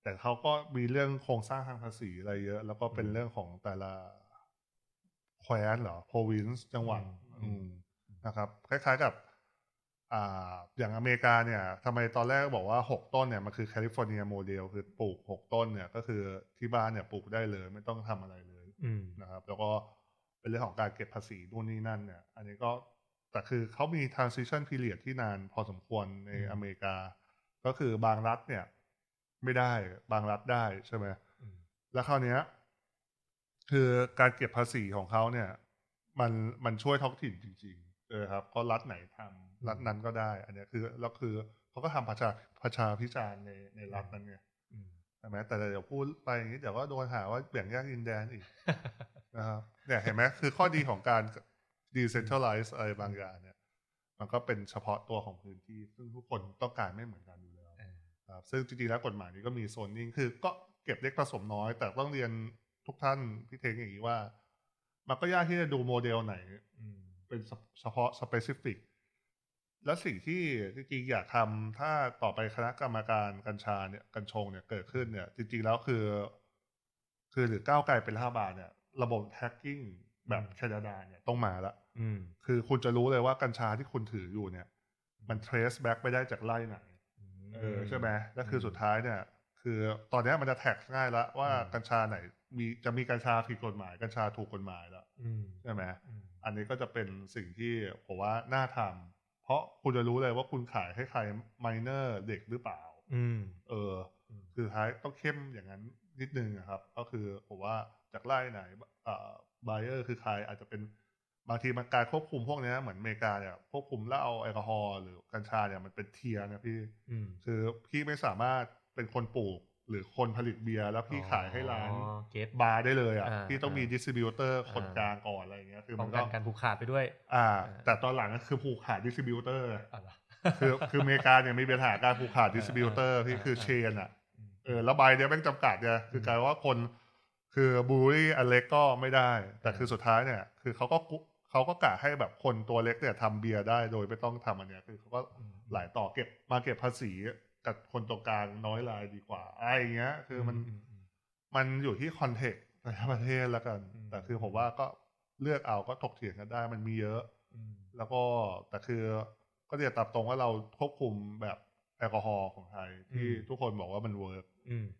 แต่เขาก็มีเรื่องโครงสร้างทางภาษีอะไรเยอะแล้วก็เป็นเรื่องของแต่ละแคว้นเหรอ province จังหวัดนะครับคล้ายๆกับอ่าอย่างอเมริกาเนี่ยทำไมตอนแรกบอกว่าหกต้นเนี่ยมันคือแคลิฟอร์เนียโมเดลคือปลูกหกต้นเนี่ยก็คือที่บ้านเนี่ยปลูกได้เลยไม่ต้องทำอะไรเลยนะครับแล้วก็เป็นเรื่องของการเก็บภาษีนู่นนี่นั่นเนี่ยอันนี้ก็แต่คือเขามี transition period ที่นานพอสมควรในอเมริกาก็คือบางรัฐเนี่ยไม่ได้บางรัฐได้ใช่ไหมแล้วคราวนี้คือการเก็บภาษีของเขาเนี่ยมันมันช่วยท้องถิ่นจริงๆเออครับก็รัฐไหนทำรัฐนั้นก็ได้อันนี้คือแล้วคือเขาก็ทำประชาประชาพิจารณ์ในในรัฐนั้นไงใช่ไหมแต่เดี๋ยวพูดไปอย่างนี้เดี๋ยวก็โดนหาว่าแบ่งแยกดินแดนอีกนะครับเนี่ยเห็นไหมคือข้อดีของการ decentralize อะไรบางอย่างเนี่ยมันก็เป็นเฉพาะตัวของพื้นที่ซึ่งทุกคนต้องการไม่เหมือนกันอยู่แล้วครับซึ่งจริงๆแล้วกฎหมายนี้ก็มีโซนนิ่งคือก็เก็บเล็กผสมน้อยแต่ต้องเรียนทุกท่านพี่เทงอย่างนี้ว่ามันก็ยากที่จะดูโมเดลไหนเป็นเฉพาะ specific และสิ่งที่จริงๆอยากทำถ้าต่อไปคณะกรรมการกัญชาเนี่ยกัญชงเนี่ยเกิดขึ้นเนี่ยจริงๆแล้วคือคือหรือก้าวไกลเป็นรัฐบาลเนี่ยระบบ tracking แบบแคนาดาเนี่ยต้องมาละคือคุณจะรู้เลยว่ากัญชาที่คุณถืออยู่เนี่ยมัน trace back ไปได้จากไร่ไหนเออใช่ไหมแล้วคือสุดท้ายเนี่ยคือตอนนี้มันจะแท็กง่ายแล้วว่ากัญชาไหนมีจะมีกัญชาผิดกฎหมายกัญชาถูกกฎหมายแล้วใช่ไหมอันนี้ก็จะเป็นสิ่งที่ผมว่าน่าทำเพราะคุณจะรู้เลยว่าคุณขายให้ใครไมเนอร์เด็กหรือเปล่าเออคือท้ายต้องเข้มอย่างนั้นนิดนึงนะครับก็คือผมว่าจากไล่ไหนอ่าไบเออร์คือใครอาจจะเป็นบางทีมันการควบคุมพวกนี้เหมือนอเมริกาเนี่ยควบคุมเหล้าแอลกอฮอล์หรือกัญชาเนี่ยมันเป็นเทียร์นะพี่คือพี่ไม่สามารถเป็นคนปลูกหรือคนผลิตเบียร์แล้วพี่ขายให้ร้านบาร์ได้เลยอ่ะพี่ต้องมีดิสติบิวเตอร์คนกลางก่อนอะไรอย่างเงี้ยคือมันก็การผูกขาดไปด้วยอ่าแต่ตอนหลังก็คือผูกขาดดิสติบิวเตอร์คือคืออเมริกาเนี่ยมีปัญหาการผูกขาดดิสติบิวเตอร์พี่คือเชนอ่ะเออแล้วใบเนี้ยแม่งจำกัดเนี่ยคือกลายว่าคนคือบูรี่อันเล็กก็ไม่ได้แต่คือสุดท้ายเนี่ยคือเขาก็เขาก็กะให้แบบคนตัวเล็กเนี่ยทำเบียร์ได้โดยไม่ต้องทำอันเนี้ยคือเขาก็หลายต่อเก็บมาเก็บภาษีกับคนตรงกลางน้อยรายดีกว่าอะไรอย่างเงี้ยคือมันมันอยู่ที่คอนเทกต์ในประเทศแล้วกันแต่คือผมว่าก็เลือกเอาก็ถกเถียงกันได้มันมีเยอะแล้วก็แต่คือก็เรียนตามตรงว่าเราควบคุมแบบแอลกอฮอล์ของไทยที่ทุกคนบอกว่ามันเวิร์ก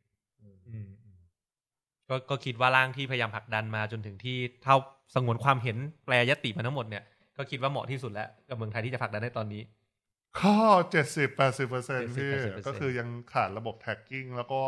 ก็ก็คิดว่าร่างที่พยายามผลักดันมาจนถึงที่เท่าสงวนความเห็นแปลยติมาทั้งหมดเนี่ยก็คิดว่าเหมาะที่สุดแล้วกับเมืองไทยที่จะผลักดันได้ตอนนี้ข้อ เจ็ดสิบ แปดสิบเปอร์เซ็นต์ พี่ก็คือยังขาดระบบแท็กกิ้งแล้วก็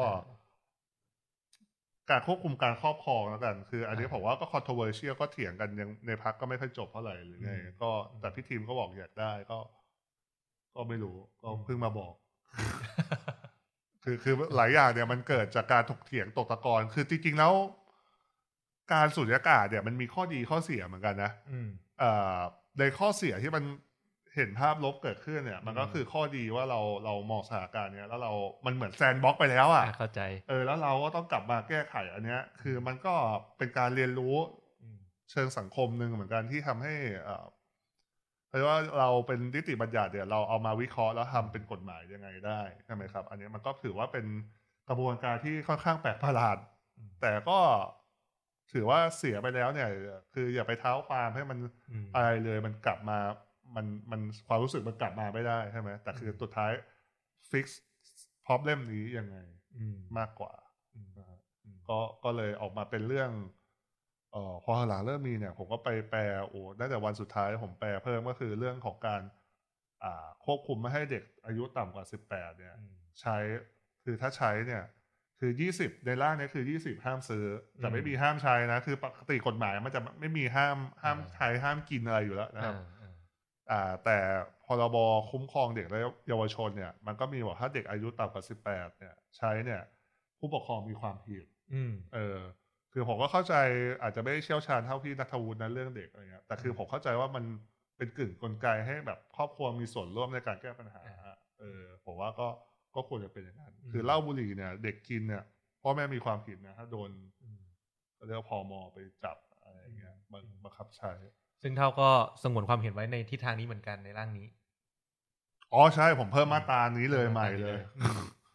การควบคุมการครอบครองแล้วกันคืออันนี้ผมว่าก็ controversial ก็เถียงกันยังในพรรคก็ไม่ค่อยจบเท่าไหร่หรือไงก็แต่พี่ทีมก็บอกอยากได้ก็ก็ไม่รู้ก็เพิ่งมาบอกคือคือหลายอย่างเนี่ยมันเกิดจากการถกเถียงตกตะกอนคือจริงๆแล้วการสูญญากาศเนี่ยมันมีข้อดีข้อเสียเหมือนกันนะอ่าในข้อเสียที่มันเห็นภาพลบเกิดขึ้นเนี่ยมันก็คือข้อดีว่าเราเรามองสถานการณ์เนี้ยแล้วเรามันเหมือนแซนด์บ็อกซ์ไปแล้วอ่ะเข้าใจเออแล้วเราก็ต้องกลับมาแก้ไขอันเนี้ยคือมันก็เป็นการเรียนรู้เชิงสังคมนึงเหมือนกันที่ทำให้อ่าเพราะว่าเราเป็นนิติบัญญัติเนี่ยเราเอามาวิเคราะห์แล้วทำเป็นกฎหมายยังไงได้ใช่ไหมครับอันนี้มันก็ถือว่าเป็นกระบวนการที่ค่อนข้างแปลกประหลาดแต่ก็ถือว่าเสียไปแล้วเนี่ยคืออย่าไปเท้าความให้มันอะไรเลยมันกลับมามันมันความรู้สึกมันกลับมาไม่ได้ใช่ไหมแต่คือสุดท้าย fix problem นี้ยังไงมากกว่าก็ก็เลยออกมาเป็นเรื่องเอ่อพอหลังเริ่มมีเนี่ยผมก็ไปแปลโอ้น่าจะวันสุดท้ายผมแปลเพิ่มก็คือเรื่องของการอ่าควบคุมไม่ให้เด็กอายุต่ำกว่าสิบแปดเนี่ยใช้คือถ้าใช้เนี่ยคือยี่สิบในร่างนี้คือยี่สิบห้ามซื้อแต่ไม่มีห้ามใช้นะคือปกติกฎหมายมันจะไม่มีห้ามห้ามใช้ห้ามกินอะไรอยู่แล้วนะครับอ่าแต่พรบคุ้มครองเด็กและเยาวชนเนี่ยมันก็มีบอกถ้าเด็กอายุต่ำกว่าสิบแปดเนี่ยใช้เนี่ยผู้ปกครองมีความผิดเออคือผมก็เข้าใจอาจจะไม่ได้เชี่ยวชาญเท่าพี่ณัฐวุฒินะเรื่องเด็กอะไรเงี้ยแต่คือผมเข้าใจว่ามันเป็นกึ่งกลไกให้แบบครอบครัวมีส่วนร่วมในการแก้ปัญหาเออผมว่าก็ก็ควรจะเป็นอย่างนั้นคือเหล้าบุหรี่เนี่ยเด็กกินเนี่ยพ่อแม่มีความผิดนะถ้าโดนเรียกว่าพม.ไปจับอะไรเงี้ยบังคับใช้ซึ่งเท่าก็สงวนความเห็นไว้ในทิศทางนี้เหมือนกันในร่างนี้อ๋อใช่ผมเพิ่มมาตรานี้เลยใหม่เลย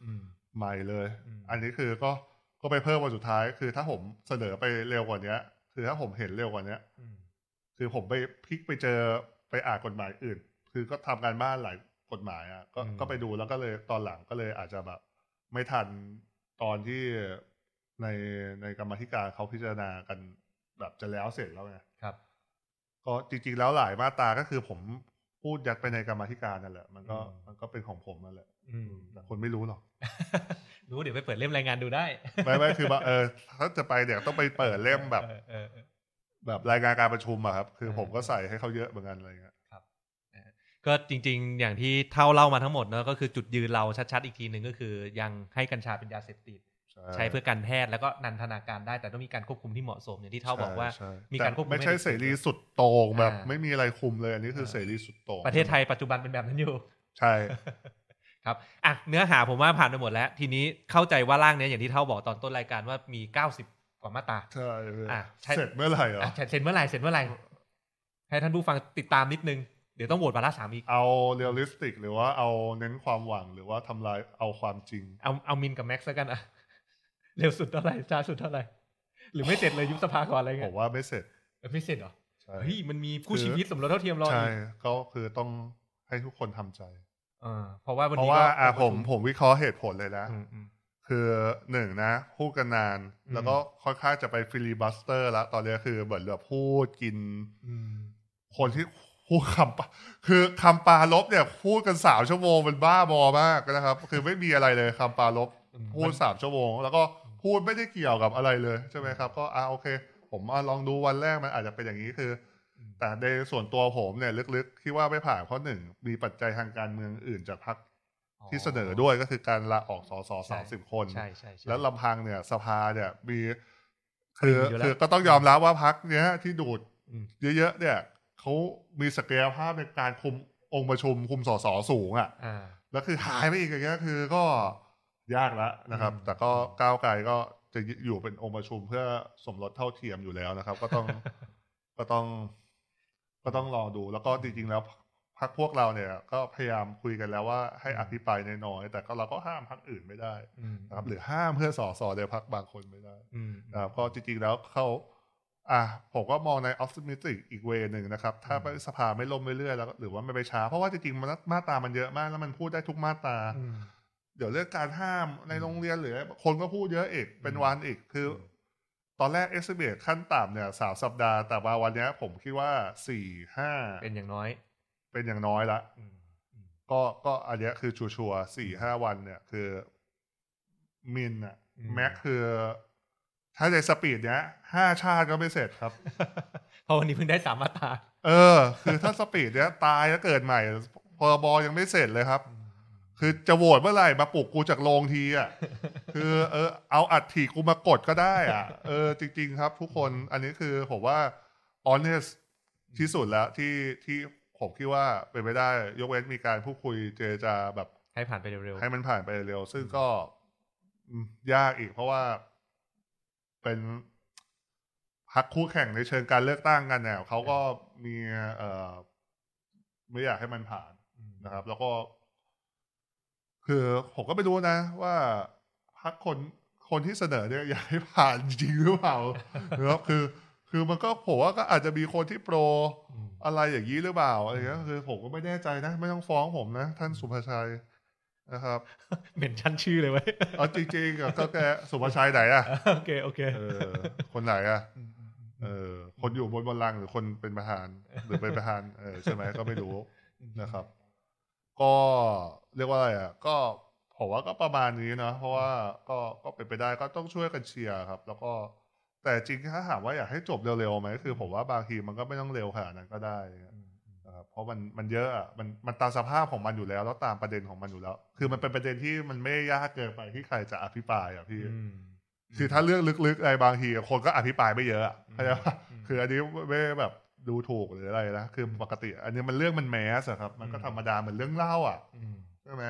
ใหม่เลยอันนี้คือก็ก็ไปเพิ่มวันสุดท้ายคือถ้าผมเสนอไปเร็วกว่านี้คือถ้าผมเห็นเร็วกว่านี้คือผมไปพลิกไปเจอไปอ่านกฎหมายอื่นคือก็ทำการบ้านหลายกฎหมายอ่ะก็ก็ไปดูแล้วก็เลยตอนหลังก็เลยอาจจะแบบไม่ทันตอนที่ในในกรรมาธิการเขาพิจารณากันแบบจะแล้วเสร็จแล้วไงครับก็จริงๆแล้วหลายมาตราก็คือผมพูดยัดไปในกรรมาธิการนั่นแหละมันก็มันก็เป็นของผมนั่นแหละแต่คนไม่รู้หรอกรู้เดี๋ยวไปเปิดเล่มรายงานดูได้ไม่ไม่คือว่าเออถ้าจะไปเนี่ยต้องไปเปิดเล่มแบบแบบรายงานการประชุมอะครับคือผมก็ใส่ให้เขาเยอะเหมือนกันอะไรเงี้ยครับก็จริงๆอย่างที่เท่าเล่ามาทั้งหมดเนอะก็คือจุดยืนเราชัดๆอีกทีนึงก็คือยังให้กัญชาเป็นยาเสพติดใช้เพื่อการแพทย์แล้วก็นันทนาการได้แต่ต้องมีการควบคุมที่เหมาะสมอย่างที่เท่าบอกว่ามีการควบคุมไม่ใช่เสรีสุดโต่งแบบไม่มีอะไรคุมเลยอันนี้คือเสรีสุดโต่งประเทศไทยปัจจุบันเป็นแบบนั้นอยู่ใช่ครับอ่ะเนื้อหาผมว่าผ่านไปหมดแล้วทีนี้เข้าใจว่าร่างนี้อย่างที่เท่าบอกตอนต้นรายการว่ามีเก้าสิบกว่ามาตราใช่อ่ะเสร็จเมื่อไหร่เหรอเสร็จเมื่อไหร่เสร็จเมื่อไหร่ให้ท่านผู้ฟังติดตามนิดนึงเดี๋ยวต้องโหวตวาระสามอีกเอาเรียลลิสติกหรือว่าเอาเน้นความหวังหรือว่าทำลายเอาความจริงเอาเอามินกับแม็กซ์ซะกันอ่ะเร็วสุดเท่าไหร่ช้าสุดเท่าไหร่หรือไม่เสร็จเลยยุบสภาก่อนอะไรเงี้ยผมว่าไม่เสร็จไม่เสร็จเหรอเฮ้ยมันมีคู่ชีวิตสมรสเท่าเทียมรอใช่ก็คือต้องให้ทุกคนทำใจอ่าเพราะว่าวันนี้ก็อ่าผมผมวิเคราะห์เหตุผลเลยนะคือหนึ่งนะพูดกันนานแล้วก็ค่อนข้างจะไปฟิลิบัสเตอร์แล้วตอนนี้คือเหมือนแบบพูดกินคนที่พูดคำคือคำปาลบเนี่ยพูดกันสามชั่วโมงเป็นบ้าบอมากนะครับคือไม่มีอะไรเลยคำปาลบพูดสามชั่วโมงแล้วก็พูดไม่ได้เกี่ยวกับอะไรเลยใช่ไหมครับก็อ่าโอเคผมลองดูวันแรกมันอาจจะเป็นอย่างนี้คือแต่ในส่วนตัวผมเนี่ยลึกๆคิดว่าไม่ผ่านเพราะหนึ่งมีปัจจัยทางการเมืองอื่นจากพรรคที่เสนอด้วยก็คือการลาออกสสสามสิบคนแล้วลำพังเนี่ยสภาเนี่ยมีคือคือก็ต้องยอมรับว่าพรรคเนี้ยที่ดูดเยอะๆเนี่ยเขามีศักยภาพในการคุมองค์ประชุมคุมสสสูงอ่ะแล้วคือหายไปอีกอย่างเงี้ยคือก็ยากแล้วนะครับแต่ก็ก้าวไกลก็จะอยู่เป็นองค์ประชุมเพื่อสมรสเท่าเทียมอยู่แล้วนะครับก็ต้องก็ต้องก็ต้องรอดูแล้วก็จริงๆแล้วพรรคพวกเราเนี่ยก็พยายามคุยกันแล้วว่าให้อภิปรายน้อยๆแต่ก็เราก็ห้ามพรรคอื่นไม่ได้นะครับหรือห้ามเพื่อสสในพรรคบางคนไม่ได้นะครับก็จริงๆแล้วเขาอ่ะผมก็มองใน optimistic อีกเวย์หนึ่งนะครับถ้าสภาไม่ล่มเรื่อยๆแล้วหรือว่าไม่ไปช้าเพราะว่าจริงๆมันมาตรามันเยอะมากแล้วมันพูดได้ทุกมาตราเดี๋ยวเรื่องการห้ามในโรงเรียนหรือคนก็พูดเยอะอีกเป็นวันอีกคือตอนแรก estimate ขั้นต่ำเนี่ยสามสัปดาห์แต่ว่าวันนี้ผมคิดว่าสี่ห้าเป็นอย่างน้อยเป็นอย่างน้อยละก็ก็อันนี้คือชัวร์ๆสี่ห้าวันเนี่ยคือมินอะแม็กคือถ้าในสปีดเนี้ยห้าชาติก็ไม่เสร็จครับเพราะวันนี้เพิ่งได้สามมาตราเออคือถ้าสปีดเนี้ยตายแล้วเกิดใหม่พรบยังไม่เสร็จเลยครับคือจะโหวตเมื่อไหร่มาปลุกกูจากโรงทีอ่ะคือเออเอาอัดถีกูมากดก็ได้อ่ะเออจริงๆครับทุกคนอันนี้คือผมว่า honest ที่สุดแล้วที่ที่ผมคิดว่าเป็นไปได้ยกเว้นมีการพูดคุยเจรจาแบบให้ผ่านไปเร็วๆให้มันผ่านไปเร็วซึ่งก็ยากอีกเพราะว่าเป็นพรรคคู่แข่งในเชิงการเลือกตั้งกันเนี่ยเขาก็มีเอ่อไม่อยากให้มันผ่านนะครับแล้วก็คือผมก็ไม่รู้นะว่าพรรคคนคนที่เสนอเนี่ยอยากให้ผ่านจริงหรือเปล่านะครับคือคือมันก็ผมว่าก็อาจจะมีคนที่โปรอะไรอย่างนี้หรือเปล่าอะไรเงี้ยคือผมก็ไม่แน่ใจนะไม่ต้องฟ้องผมนะท่านสุภชัยนะครับเหม็นชั้นชื่อเลยไว้อ๋อจริงๆก็แกสุภชัยไหนอ่ะโอเคโอเคเออคนไหนอ่ะเออคนอยู่บนบัลลังก์หรือคนเป็นประธานหรือเป็นประธานเออใช่ไหมก็ไม่รู้นะครับก็เรียกว่าอะไรอ่ะก็ผมว่าก็ประมาณนี้นะเพราะว่าก็ก็เป็นไปได้ก็ต้องช่วยกันเชียร์ครับแล้วก็แต่จริงถ้าถามว่าอยากให้จบเร็วๆไหมคือผมว่าบางทีมันก็ไม่ต้องเร็วขนาดนั้นก็ได้นะครับเพราะมันมันเยอะอ่ะมันมันตามสภาพของมันอยู่แล้วแล้วตามประเด็นของมันอยู่แล้วคือมันเป็นประเด็นที่มันไม่ยากเกินไปที่ใครจะอภิปรายอ่ะพี่คือถ้าเรื่องลึกๆอะไรบางทีคนก็อภิปรายไม่เยอะเข้าใจป่ะคืออันนี้ไม่แบบดูถูกหรืออะไรนะคือปกติอันนี้มันเรื่องมันแมสอะครับมันก็ธรรมดาเหมือนเรื่องเล่าอ่ะใช่ไหม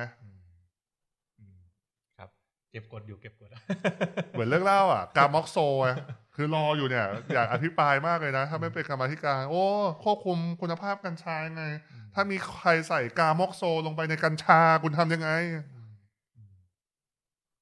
ครับเก็บกดอยู่เก็บกดเหมือนเรื่องเล่าอ่ะกามอกโซอ่ะคือรออยู่เนี่ยอยากอภิปรายมากเลยนะถ้าไม่เป็นกรรมาธิการโอ้ควบคุมคุณภาพกัญชายังไงถ้ามีใครใส่กามอกโซลงไปในกัญชาคุณทำยังไง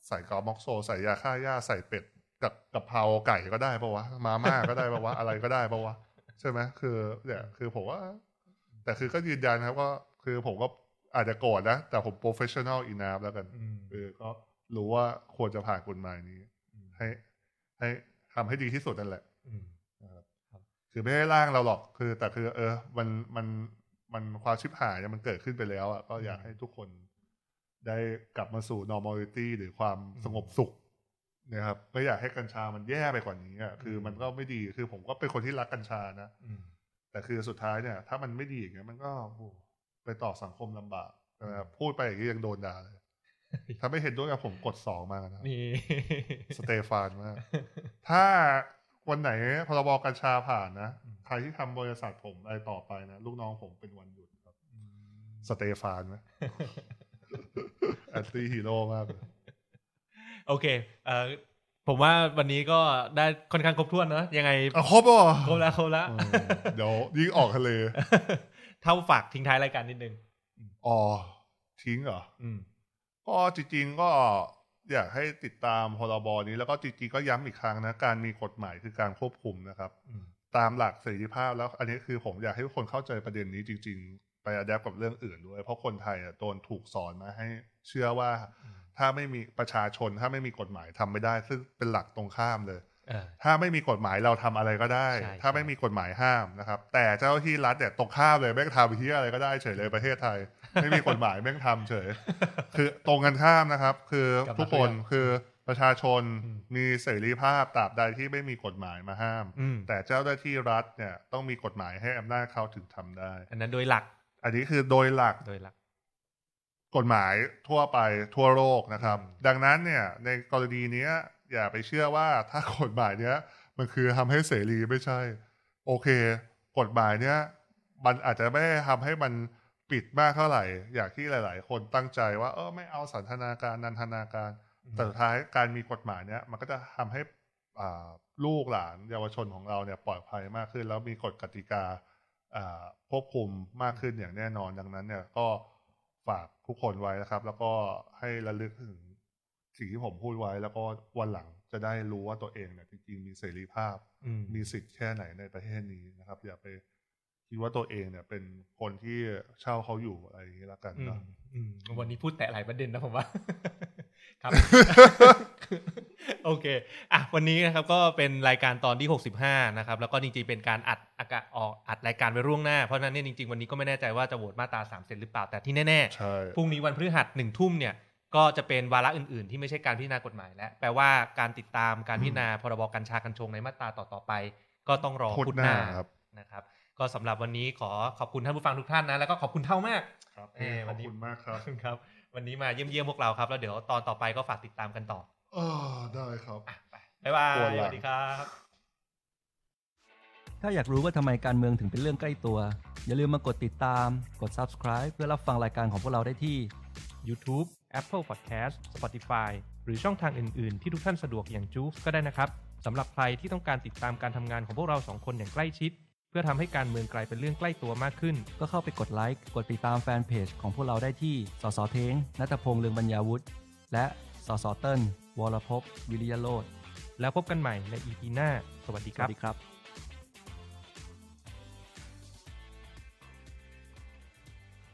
ใส่กอม็อกโซใส่ยาฆ่าหญ้าใส่เป็ดกับกับเพราไก่ก็ได้ปะวะมาม่าก็ได้ปะวะอะไรก็ได้ปะวะใช่ไหมคือเนี่ยคือผมว่าแต่คือก็ยืนยันครับว่าคือผมก็อาจจะโกรธนะแต่ผม professional enough แล้วกันคือก็รู้ว่าควรจะผ่านกฎหมายนี้ให้ให้ทำให้ดีที่สุดนั่นแหละนะครับคือไม่ได้ร่างเราหรอกคือแต่คือเออมันมันมันความชิบหายมันเกิดขึ้นไปแล้วอ่ะก็อยากให้ทุกคนได้กลับมาสู่ normality หรือความสงบสุขนะครับไม่อยากให้กัญชามันแย่ไปกว่านี้อ่ะคือมันก็ไม่ดีคือผมก็เป็นคนที่รักกัญชานะแต่คือสุดท้ายเนี่ยถ้ามันไม่ดีอย่างเงี้ยมันก็ไปต่อสังคมลำบากนะครับพูดไปอย่างนี้ยังโดนด่าเลยถ้าไม่เห็นด้วยกับผมกดสองมานะนี่สเตฟานมากถ้าวันไหนพรบกัญชาผ่านนะใครที่ทำบริษัทผมอะไรต่อไปนะลูกน้องผมเป็นวันหยุดครับสเตฟานไหมแอนตี้ฮีโร่มากเลยโอเคเอ่อผมว่าวันนี้ก็ได้ค่อนข้างครบถ้วนนะยังไงครบอ่ะครบแล้วครบแล้วเดี๋ยวยิ่งออกทะเลเท่าฝากทิ้งท้ายรายการนิดนึงอ๋อทิ้งเหรอก็จริงๆก็อยากให้ติดตามพรบนี้แล้วก็จริงๆก็ย้ำอีกครั้งนะการมีกฎหมายคือการควบคุมนะครับตามหลักเสรีภาพแล้วอันนี้คือผมอยากให้ทุกคนเข้าใจประเด็นนี้จริงๆไปอะแดปกับเรื่องอื่นด้วยเพราะคนไทยอ่ะโดนถูกสอนมาให้เชื่อว่าถ้าไม่มีประชาชนถ้าไม่มีกฎหมายทำไม่ได้ซึ่งเป็นหลักตรงข้ามเลยถ้าไม่มีกฎหมายเราทำอะไรก็ได้ถ้าไม่มีกฎหมายห้ามนะครับแต่เจ้าหน้าที่รัฐเนี่ยตรงข้ามเลยแม่งทำที่อะไรก็ได้เฉยเลยประเทศไทยไม่มีกฎหมายแม่งทำเฉยคือตรงกันข้ามนะครับคือทุกคนคือประชาชนมีเสรีภาพตราบใดที่ไม่มีกฎหมายมาห้ามแต่เจ้าหน้าที่รัฐเนี่ยต้องมีกฎหมายให้อำนาจเขาถึงทำได้อันนั้นโดยหลักอันนี้คือโดยหลักโดยหลักกฎหมายทั่วไปทั่วโลกนะครับดังนั้นเนี่ยในกรณีนี้อย่าไปเชื่อว่าถ้ากฎหมายเนี้ยมันคือทำให้เสรีไม่ใช่โอเคกฎหมายเนี้ยมันอาจจะไม่ทำให้มันปิดมากเท่าไหร่อย่างที่หลายๆคนตั้งใจว่าเออไม่เอาสันทนาการนันทนาการแต่สุดท้ายการมีกฎหมายเนี้ยมันก็จะทำให้อ่าลูกหลานเยาวชนของเราเนี่ยปลอดภัยมากขึ้นแล้วมีกฎกติกาอ่าควบคุมมากขึ้นอย่างแน่นอนดังนั้นเนี่ยก็ฝากทุกคนไว้นะครับแล้วก็ให้ระลึกถึงสิ่งที่ผมพูดไว้แล้วก็วันหลังจะได้รู้ว่าตัวเองเนี่ยจริงๆมีเสรีภาพมีสิทธิ์แค่ไหนในประเทศนี้นะครับอย่าไปคิดว่าตัวเองเนี่ยเป็นคนที่เช่าเขาอยู่อะไรอย่างนี้ละกันเนาะวันนี้พูดแตะหลายประเด็นนะผมว่าครับ โอเคอ่ะวันนี้นะครับก็เป็นรายการตอนที่หกสิบห้านะครับแล้วก็จริงๆเป็นการอัดอากาศออกอัดรายการไว้ล่วงหน้าเพราะฉะนั้นเนี่ยจริงๆวันนี้ก็ไม่แน่ใจว่าจะโหวตมาตราสามเสร็จหรือเปล่าแต่ที่แน่ๆพรุ่งนี้วันพฤหัสหนึ่งทุ่มเนี่ยก็จะเป็นวาระอื่นๆที่ไม่ใช่การพิจารณากฎหมายแล้วแปลว่าการติดตามการพิจารณาพรบกัญชากัญชงในมาตราต่อๆไปก็ต้องรอพุธหน้านะครับก็สำหรับวันนี้ขอขอบคุณท่านผู้ฟังทุกท่านนะแล้วก็ขอบคุณเท่ามากครับขอบคุณมากครับครับวันนี้มาเยี่ยมๆพวกเราครับแล้วเดี๋ยวตอนต่อไปก็ฝากติดตามกันต่ออ๋อได้ครับบ๊ายบายสวัสดีครับถ้าอยากรู้ว่าทำไมการเมืองถึงเป็นเรื่องใกล้ตัวอย่าลืมมากดติดตามกด Subscribe เพื่อรับฟังรายการของพวกเราได้ที่ YouTube Apple Podcast Spotify หรือช่องทางอื่นๆที่ทุกท่านสะดวกอย่างจู๊กก็ได้นะครับสำหรับใครที่ต้องการติดตามการทำงานของพวกเราสองคนอย่างใกล้ชิดเพื่อทำให้การเมืองกลายเป็นเรื่องใกล้ตัวมากขึ้นก็เข้าไปกดไลค์กดติดตามแฟนเพจของพวกเราได้ที่สสเท้งณัฐพงษ์เลืองบรรยาวุฒิและสสเติ้ลวรภพวิริยโรจน์แล้วพบกันใหม่ใน อี พี หน้าสวัสดีครับสวัสดีครับ